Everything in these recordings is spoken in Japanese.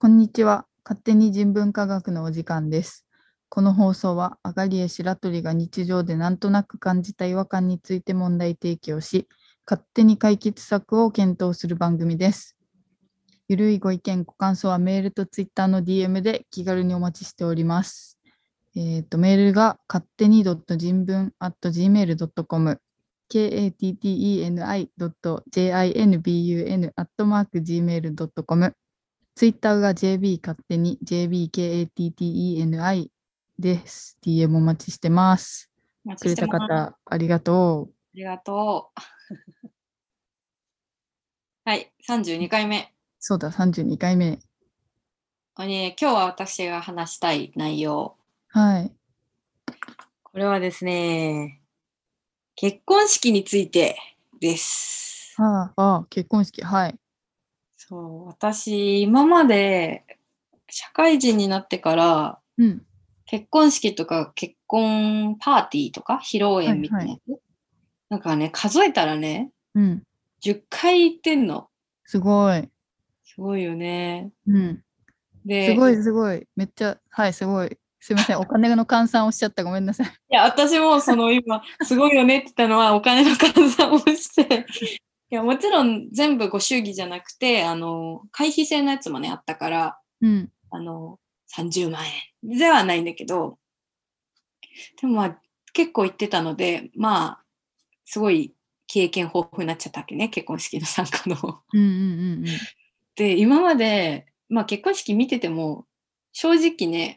こんにちは。勝手に人文科学のお時間です。この放送は、アガリエ白鳥が日常でなんとなく感じた違和感について問題提起をし、勝手に解決策を検討する番組です。ゆるいご意見、ご感想はメールとツイッターの DM で気軽にお待ちしております。メールが勝手に人文 .gmail.com、katteni.jinbun.gmail.com、ツイッターが JB 勝手に JBKATTENI です。DM お待ちしてます。 お待くれたちしてます。あ方、ありがとう。 りがとう。はい、32回目。 そうだ、32回目。 今日は私が話したい内容。 はい。 これはですね、結婚式についてです。 結婚式。はい。 そう、私、今まで社会人になってからうん。 結婚式とか結婚パーティーとか披露宴はい、はい。 みたいなやつ。なんかね、数えたらね、 うん。 10回行ってんの。 すごい。 すごいよね。 うん。すで、 ごい、すごい。めっちゃ、はい、すごい。すいません。お金の換算をしちゃった。ごめんなさい。 いや、私もその今、すごいよねって言ったのはお金の換算をして、いや、もちろん全部ご祝儀じゃなくて、会費制のやつもね、あったから、 うん。 あの、30万円ではないんだけど、でもまあ、結構行ってたので、まあ、すごい経験豊富になっちゃったわけね、結婚式の参加の。 うんうんうんで、今まで、まあ結婚式見てても、正直ね、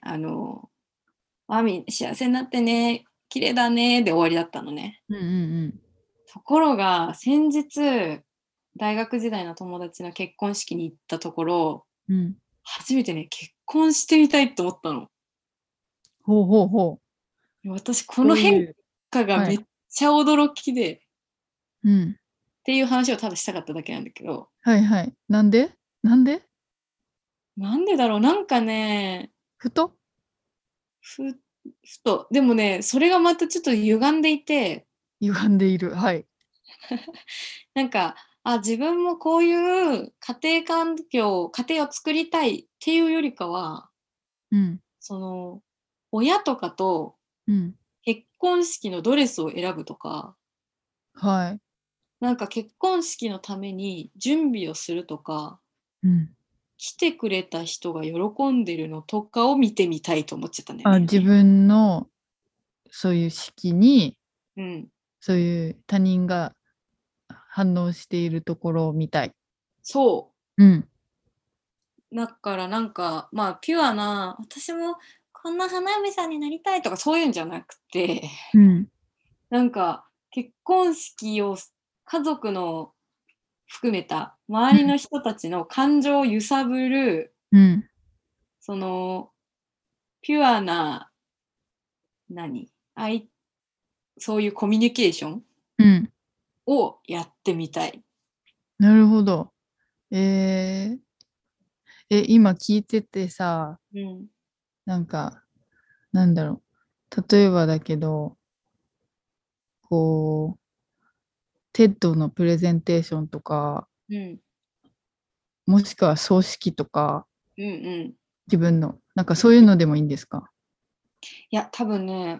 幸せになってね、綺麗だね、で終わりだったのね。 うん。うんうんところが、先日、大学時代の友達の結婚式に行ったところ、 うん。うん。 初めてね、結婚してみたいと思ったの。 ほうほうほう。 私、この変そういう。 化がはい。 めっちゃ驚きで、っうん。 ていう話をただしたかっただけなんだけど、 はいはい。なんでなんでなんでだろう、なんかね、 ふとふ、ふと、でもね、それがまたちょっと歪んでいて、 歪んでいる。はい。 なんか、自分もこういう家庭を作りたいっていうよりかは、 うん。 その、親とかとうん。 結婚式のドレスを選ぶとか、 はい。 なんか結婚式のために準備をするとか、 うん。 来てくれた人が喜んでるのとかを見てみたいと思っちゃったんだよあ、 ね。 自分のそういう式に、 うん。 そういう他人が反応しているところを見たい。 そうん。 う。だからなんか、まあ、ピュアな、私もこんな花嫁さんになりたいとかそういうんじゃなくて、 うん。 なんか結婚式を家族の含めた周りのうん。 人たちの感情を揺さぶる、 うん。 その、ピュアな、何そういうコミュニケーションうん。 をやってみたい。 なるほど。えー、今聞いててさ、 うん。 なんか、なんだろ例えばだけど、こう、テッドのプレゼンテーションとか、 うん。 もしくは葬式とか、 うんうん。 自分の、なんかそういうのでもいいんですか？ いや、多分ね、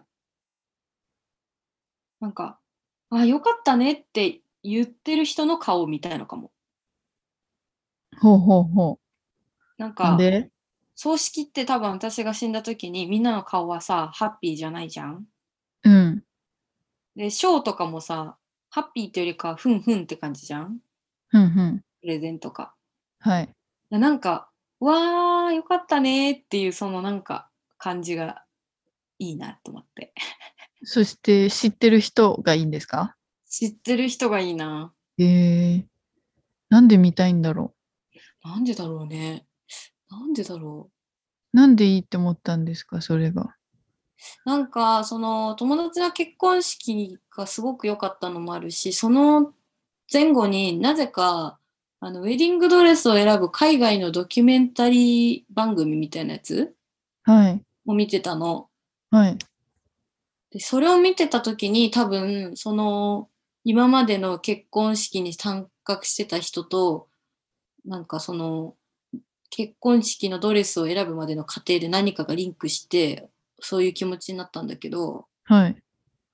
なんか、よかったねって言ってる人の顔みたいのかも。 ほうほうほう。なんなんか、 で？ 葬式って多分私が死んだ時にみんなの顔はさ、ハッピーじゃないじゃん。 うん。 で、ショーとかもさ、ハッピーっていうよりか、ふんふんって感じじゃん。 ふんふん。 プレゼントか。 はい。 なんか、わー、よかったねっていう、そのなんか、感じがいいなと思って。 そして知ってる人がいいんですか？ 知ってる人がいいな。 なんで見たいんだろなんでだろうね。なんでだろう。なんでいいって思ったんですか、それが。 う。なんか、その、友達の結婚式がすごく良かったのもあるし、その前後になぜか、ウェディングドレスを選ぶ海外のドキュメンタリー番組みたいなやつはい。 を見てたの。 はい。 で、それを見てた時に多分、その、今までの結婚式に参画してた人と、なんかその、 結婚式のドレスを選ぶまでの過程で何かがリンクして、そういう気持ちになったんだけど、 はい。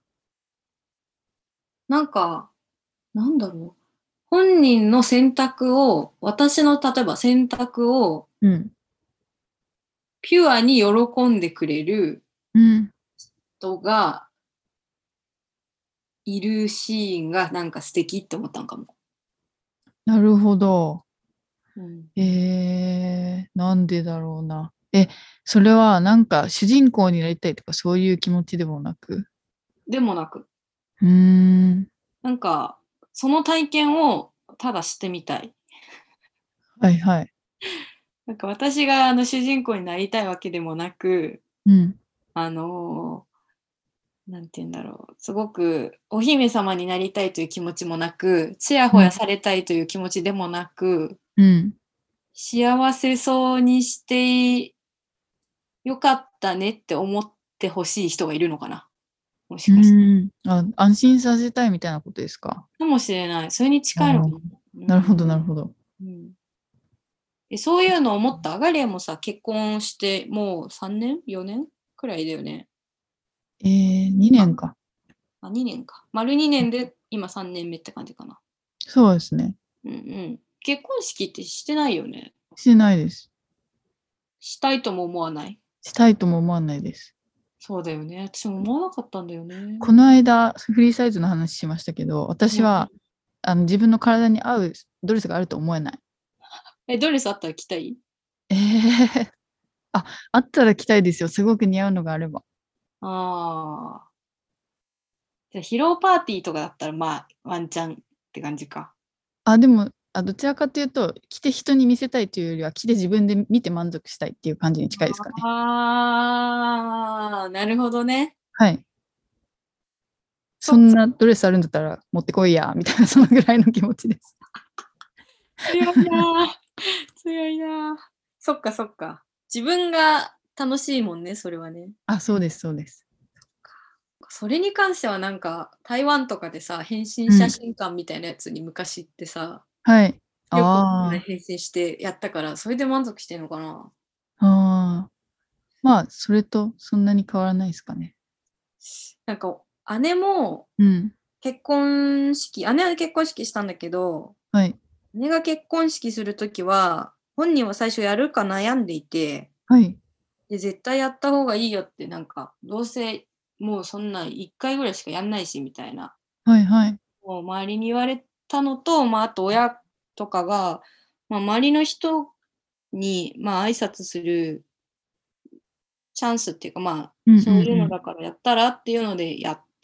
なんか、なんだろう。本人の選択を、私の例えば選択をうん。 ピュアに喜んでくれるうん。 人がいるシーンがなんか素敵って思ったんかも。 なるほど。 うん、 なんでだろうな。それはなんか主人公になりたいとかそういう気持ちでもなく。 でもなく、 うーん。 なんか、その体験をただしてみたい。 はいはい。 なんか私が主人公になりたいわけでもなく、 うん。 あのなんて言うんだろう。すごくお姫様になりたいという気持ちもなく、ちやほやうん。 されたいという気持ちでもなく、 うん。 幸せそうにしてよかったねって思ってほしい人がいるのかな。もしうかして。 ーん。安心させたいみたいなことですか？ かもしれない。それにあー近いのかな。うん。 なるほど、なるほど。 うん、そういうのを思った。アガリアもさ、結婚してもう3年 ?4 年くらいだよね。 2年か。 2年か。丸2年で今3年目って感じかな。 そうですね。 うんうん。結婚式ってしてないよね。 してないです。 したいとも思わない。 したいとも思わないです。 そうだよね。私も思わなかったんだよね。 この間、フリーサイズの話しましたけど、私うん、 は自分の体に合うドレスがあると思えない。 ドレスあったら着たい？ えー、あったら着たいですよ。すごく似合うのがあれば。 ああ。じゃあ、披露パーティーとかだったら、まあ、ワンチャンって感じか。 でも、どちらかというと、着て人に見せたいというよりは、着て自分で見て満足したいっていう感じに近いですかね。 ああ、なるほどね。 はい。 そっか、 そんなドレスあるんだったら持ってこいや、みたいな、そのぐらいの気持ちです。 強いなー。強いなー。そっかそっか。自分が楽しいもんね、それはね。 そうです、そうです。 それに関してはなんか、台湾とかでさ、変身うん。 写真館みたいなやつに昔行ってさ、 はい。 よくわかんないあ変身してやったから、それで満足してんのかな。 あ、まあ、それとそんなに変わらないですかね。 なんか、姉もうん。 姉は結婚式したんだけど、 はい。 姉が結婚式するときは、本人は最初やるか悩んでいて、 はい。 で、絶対やった方がいいよって、なんか、どうせもうそんな1回ぐらいしかやんないし、みたいな、 はい、はい。 もう周りに言われたのと、まあ、あと親とかが、まあ、周りの人に、まあ、挨拶するチャンスっていうか、まあ、 うん、うん、 そういうのうん。 だからやったらっていうのでやって、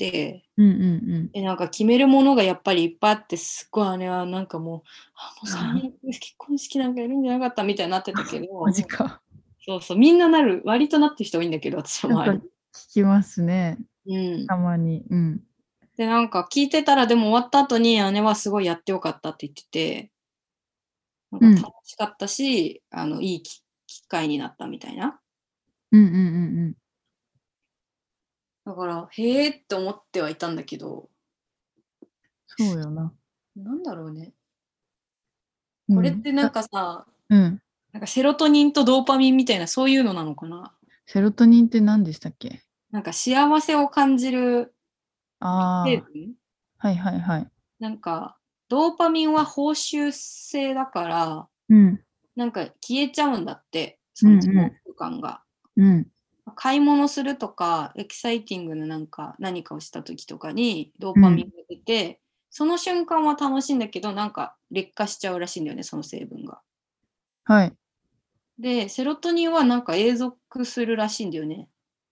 うん、うん、うん。 なんか決めるものがやっぱりいっぱいあって、すっごい姉はなんかもう、もう最悪、結婚式なんかやるんじゃなかったみたいになってたけマど、 ジか。 そうそう、みんななる、割となってる人多いんだけど、私のなんか聞周り。 きますね。 うん。 たまに。うん。 で、なんか聞いてたら、でも終わった後に姉はすごいやってよかったって言ってて、なんかうん。 楽しかったし、いい機会になったみたいな。 うん、うん、うん、うん。 だから、へえって思ってはいたんだけど、 そうよな。 なんだろうね。 うん。 これってなんかさ、 うん。 なんかセロトニンとドーパミンみたいなそういうのなのかな。 セロトニンって何でしたっけ？ なんか幸せを感じる成あ分。 はい、はい、はい。 なんか、ドーパミンは報酬性だから、 うん。 なんか消えちゃうんだって、 うん、 その幸う福感が。 ん。うん。 買い物するとか、エキサイティングななんか何かをした時とかにドーうん。 パミンが出て、その瞬間は楽しいんだけど、なんか劣化しちゃうらしいんだよね、その成分が。 はい。 で、セロトニンはなんか永続するらしいんだよね。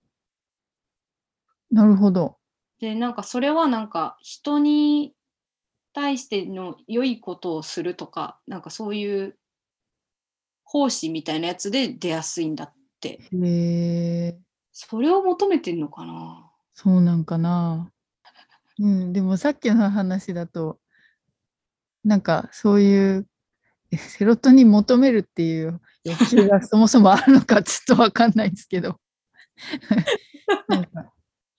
なるほど。 で、なんかそれはなんか人に対しての良いことをするとか、なんかそういう奉仕みたいなやつで出やすいんだって。 へえ、 それを求めてんのかな。 そうなんかな。うん。でもさっきの話だと、なんかそういうセロトニン求めるっていう欲求がそもそもあるのかちょっとわかんないですけど、なんか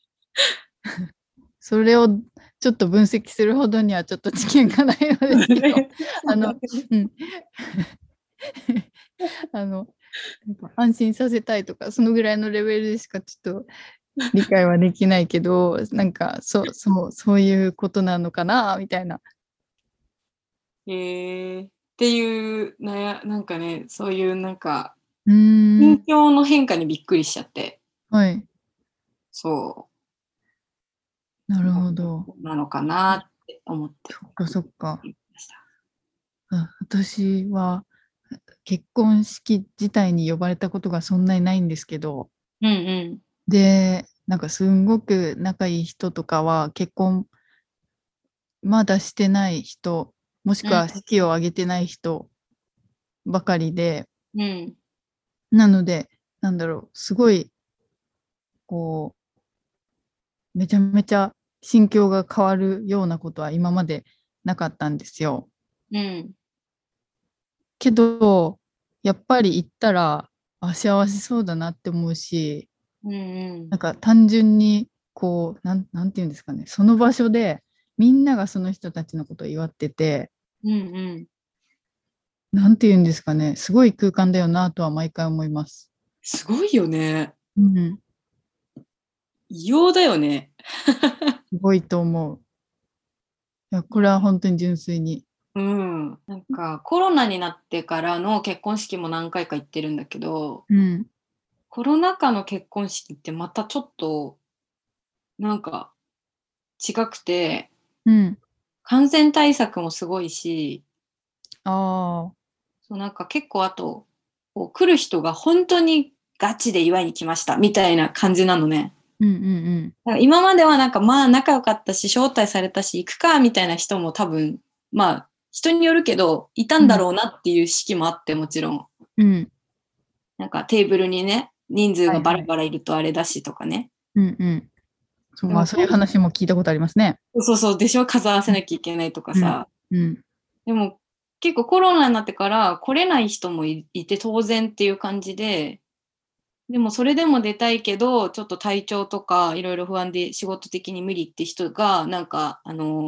それをちょっと分析するほどにはちょっと知見がないのですけど、あの、うん。 なんか安心させたいとか、そのぐらいのレベルでしかちょっと理解はできないけど、なんか、そういうことなのかな、みたいな。 っていうなんかね、そういうなんか、 うーん、 心境の変化にびっくりしちゃって、 はい。 そなるう、 ほど。 なのかなって思ってそっかそっか。 いました。 私は結婚式自体に呼ばれたことがそんなにないんですけど、 うんうん。 で、なんかすんごく仲いい人とかは結婚まだしてない人、もしくはうん式を挙げてない人ばかりで、 うん。 なので、なんだろう、すごい、こめちゃめちゃ心境が変わるようなことは今までなかったんですよ。 うん。 けど、やっぱり行ったら、幸せそうだなって思うし、 うんうん。 なんか単純に、なんていうんですかね、その場所でみんながその人たちのことを祝ってて、 うんうん。 なんていうんですかね、すごい空間だよなとは毎回思います。 すごいよね。 うん、 異様だよね。 すごいと思う。いや、これは本当に純粋に。 うん。なんかコロナになってからの結婚式も何回か行ってるんだけど、 うん、 コロナ禍の結婚式ってまたちょっとなんか違くて、 うん。 感染対策もすごいし、 ああ、 そうなんか結構あと、こう来る人が本当にガチで祝いに来ましたみたいな感じなのね。 うんうんだから今まではなんかまあ仲良かったし、招待されたし、行くかみたいな人も多分、まあ人によるけど、いたうん。 んだろうなっていう式もあってもちろん。 うん。 なんかテーブルにね、人数がバラはいはい。 バラいるとあれだしとかね。 うんうん。そう、まあそういうでも話も聞いたことありますね。 そうそう、でしょ数合わせなきゃいけないとかうん。 さ。 うん。 でも結構コロナになってから来れない人もいて当然っていう感じで、でもそれでも出たいけど、ちょっと体調とかいろいろ不安で仕事的に無理って人が、なんか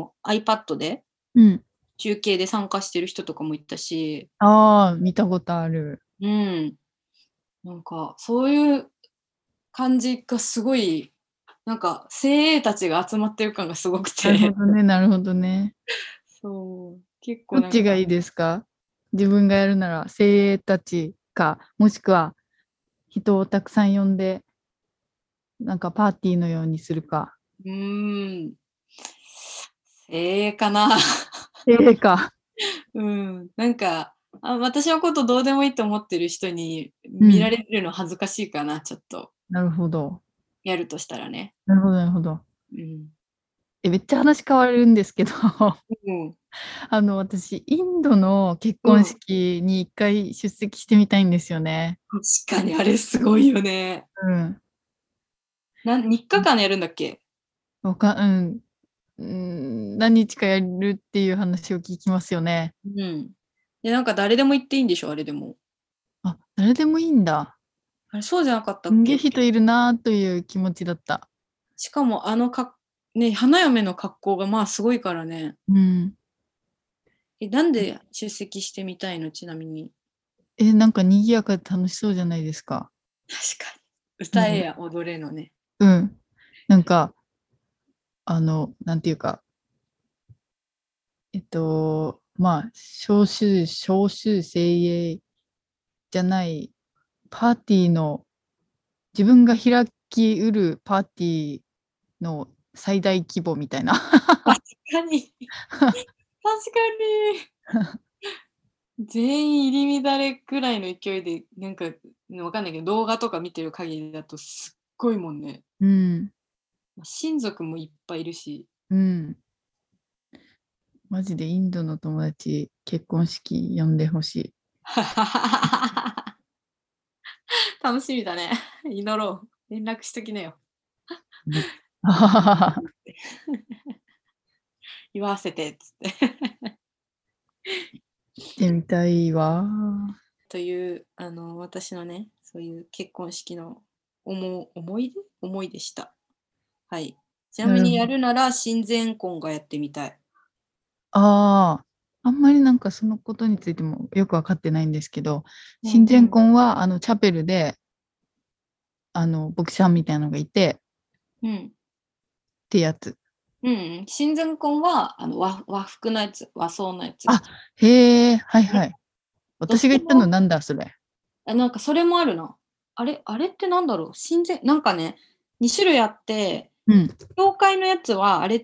iPad でうん。 中継で参加してる人とかもいたし、 ああ、見たことある。 うん、なんかそういう感じがすごい、なんか精鋭たちが集まってる感がすごくなるほて、 どね、なるほどね。 そう、結構どっなんか、 ちがいいですか？自分がやるなら精鋭たちか、もしくは人をたくさん呼んで、なんかパーティーのようにするか。 うーん、精鋭かな。 精鋭か。 うん、なんか、私のことどうでもいいと思ってる人にうん。 見られるの恥ずかしいかな、ちょっと、 なるほど。 やるとしたらね。 なるほど、なるほど。 うん。 めっちゃ話変わるんですけど、 うん。 私、インドの結婚うん。 式に一回出席してみたいんですよね。 確かにあれすごいよね。 うん。 3日間やるんだっけ？ うん。何日かやるっていう話を聞きますよね。 うん。で、なんか誰でも行っていいんでしょ、あれでも。 あ、誰でもいいんだ。 あれ、そうじゃなかったすんげえっけ？ 人いるなという気持ちだった。 しかもね、花嫁の格好がまあすごいからね。 うん。 なんで出席してみたいの、ちなみに。 なんか賑やかで楽しそうじゃないですか。 確かに。 うん。 歌えや踊れのね。 うん。なんか、なんていうか、まあ、少数精鋭じゃない、パーティーの、自分が開きうるパーティーの最大規模みたいな。 確かに。確かに。全員入り乱れくらいの勢いで、なんか、わかんないけど、動画とか見てる限りだとすっごいもんね。 うん。 親族もいっぱいいるし。 うん。マジでインドの友達、結婚式呼んでほしい。 楽しみだね。祈ろう。連絡しときなよ。 うんあははは祝わせてっつって。 行ってみたいわ。 という、私のね、そういう結婚式の思いでした。はい。ちなみにやなるほど。 るなら、親善婚がやってみたい。 ああ。 あんまりなんかそのことについてもよくわかってないんですけど、 うん神前婚はチャペルで牧師さんみたいなのがいてっうん。 てやつ。 うん。親善婚は和服のやつ、和装のやつ。 あ、へえ、はいあれはい。 どっ私が言ったのちもなんだそれ。 なんかそれもあるな。あれってなんだろう親善、なんかね、2種類あって、 うん。 教会のやつは、あれって、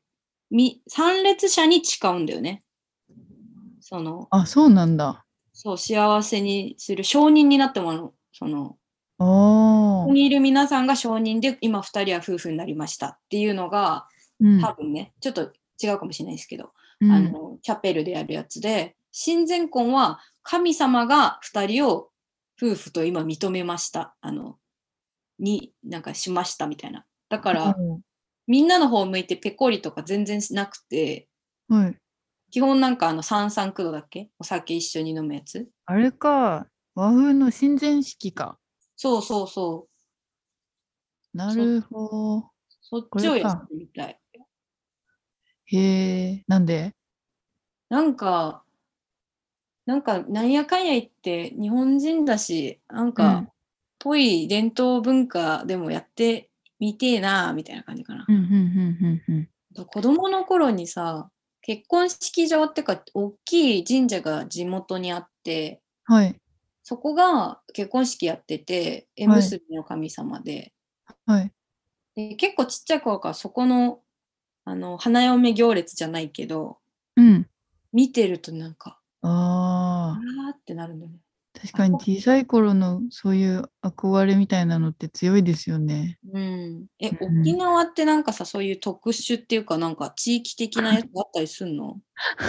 参列者に誓うんだよね。その、 あ、そうなんだ。 そう、幸せにする、承認になってもらうの。 おー。 ここにいる皆さんが承認で、今2人は夫婦になりましたっていうのが、 うん。 多分ね、ちょっと違うかもしれないですけど、 うん。 チャペルでやるやつで、親善婚は神様が2人を夫婦と今認めました。なんかしましたみたいな。だから、 おー。 みんなの方向いてペコリとか全然なくて、 はい。 基本なんか三三九度だっけお酒一緒に飲むやつ。 あれか。和風の親善式か。 そうそうそう。そ、 なるほど。 そっちをやってこれか。 みたい。 へえ、なんで？ なんか、なんやかんや言って日本人だし、なんか、 うん。 ぽい伝統文化でもやってみてえな、みたいな感じかな。 うん、うん、うん、うん、うん。 子供の頃にさ、結婚式場ってか、大きい神社が地元にあって、 はい。 そこが結婚式やってて、縁はい。 結びの神様で、 はい。 で結構ちっちゃい頃からそこの、花嫁行列じゃないけど、 うん。 見てるとなんか、うああ。 わーってなるんだよね。 確かにあこ小さい頃のそういう憧れみたいなのって強いですよね。 うん。沖うん。 縄ってなんかさ、そういう特殊っていうか、なんか地域的なやつあったりすんの？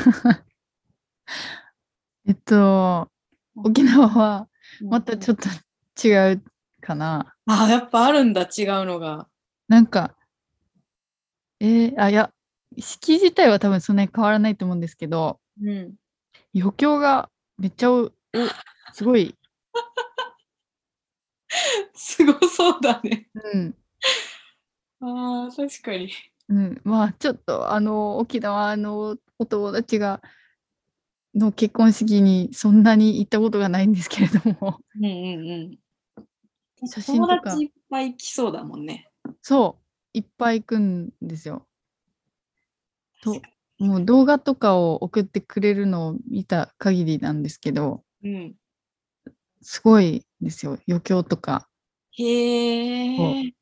えっと、沖縄はうん。 またちょっと違うかな。 あ、やっぱあるんだ、違うのが。 なんか、いや、式自体は多分そんなに変わらないと思うんですけど、 うん。 余興がめっちゃすごい、 すごそうだね。 うん、 ああ、確かに。 うん、まあちょっと沖縄のお友達の結婚式にそんなに行ったことがないんですけれども、 うんうんうん。 写真友とか、 達いっぱい来そうだもんね。 そう、いっぱい行くんですよ。と、 確かもう動画とかを送ってくれるのを見た限りなんですけど、 に。うん。 すごいですよ。余興とか。こへえ。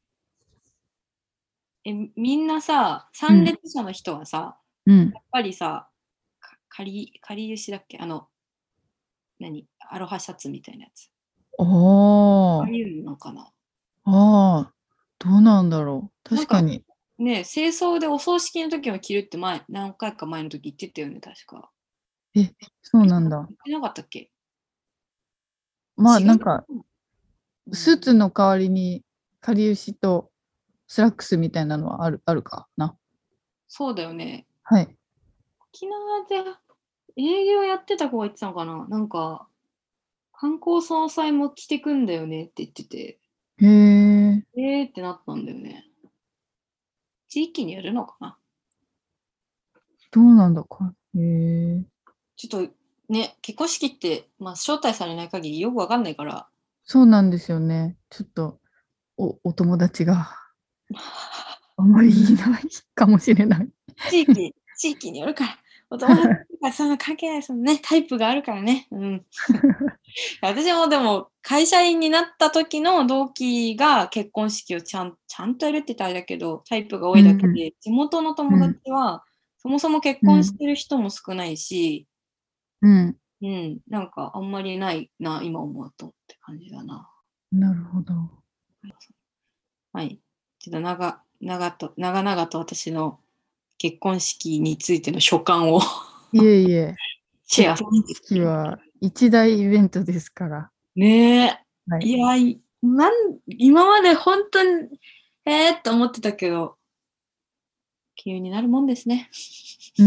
みんなさ、 う。うん、 参列者の人はさ、 うん。 やっぱりさ、かりゆしだっけアロハシャツみたいなやつ。 おー、 ああいうのかな。 ああ、どうなんだろう。 なんか確かに。 ね、清掃でお葬式の時も着るって何回か前の時言ってたよね、確か。 え、そうなんだ。 言ってなかったっけ？ まあ、 違う。 なんか、 うん、 スーツの代わりに、かりゆしとスラックスみたいなのはあるかな。 そうだよね。 はい。 沖縄で営業やってた子が言ってたのかななんか、観光総裁も来てくんだよねって言ってて、 へえ、 ってなったんだよね。地域によるのかな。 どうなんだか。へえ、 ちょっとね、結婚式って、まあ、招待されない限りよくわかんないから、 そうなんですよね。ちょっと、お友達があまりいないかもしれない。 地域によるから、お友達とかそんな関係ない、そのね、タイプがあるからね。うん。私もでも、会社員になった時の同期が結婚式をちゃんとやるって言ったらあれだけど、タイプが多いだけうん、 で、地元の友達うん、 は、そもそも結うん、 婚してる人も少ないし、 うん。 うん、なんかあんまりないな、今思うとって感じだな。 なるほど。 はい。ちょっと長々と私の結婚式についての所感をいえいえ、 シェアさ結婚せて。 式は一大イベントですから。 ねえ。 はい。 いや、今まで本当に、って思ってたけど、急になるもんですね。 うん。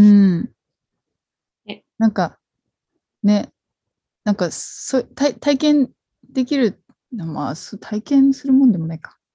え、 なんかね、なんか体験できる、まあ、体験するもんでもないか。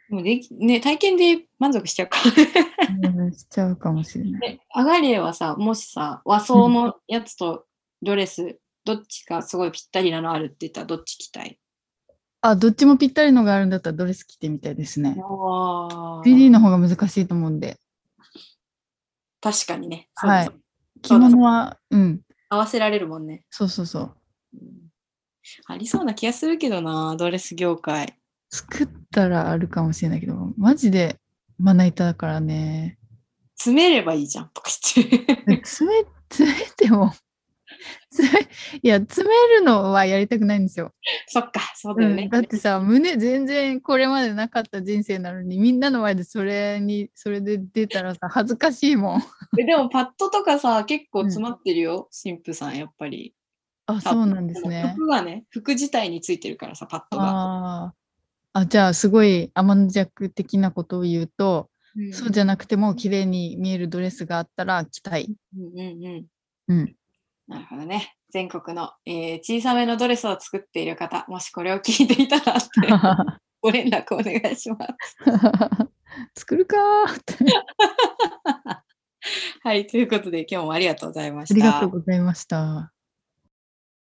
もうね、体験で満足しちゃうかしちゃうかもしれない。 アガリエはさ、もしさ、和装のやつとドレス、どっちがすごいぴったりなのあるって言ったらどっち着たい？ あ、どっちもぴったりのがあるんだったらドレス着てみたいですね。3D ああ、 の方が難しいと思うんで。 確かにね。そうだ、 はい。着そうだ。 物は、 合わせられるもんね。 そうそうそう。 うん、ありそうな気がするけどな、ドレス業界。 作ったらあるかもしれないけど、マジでまな板だからね。 詰めればいいじゃんとか言って。 詰めても詰め、いや、詰めるのはやりたくないんですよ。 そっか、そうだよね。 だってさ、胸全然これまでなかった人生なのに、みんなの前でそれで出たらさ、恥ずかしいもん。 でもパッドとかさ、結構うん。 詰まってるよ、神父さん、やっぱり。 あ、 多分そうなんでこのすね。 服がね、服自体についてるからさ、パッドが。 あじゃあ、すごい天の弱的なことを言うと、 うん。 そうじゃなくても綺麗に見えるドレスがあったら着たい。 うんうんうん。 うん。 なるほどね。全国の、小さめのドレスを作っている方、もしこれを聞いていたらってご連絡お願いします。 作るかーって。 はい、ということで今日もありがとうございまありがとうした。 ございました。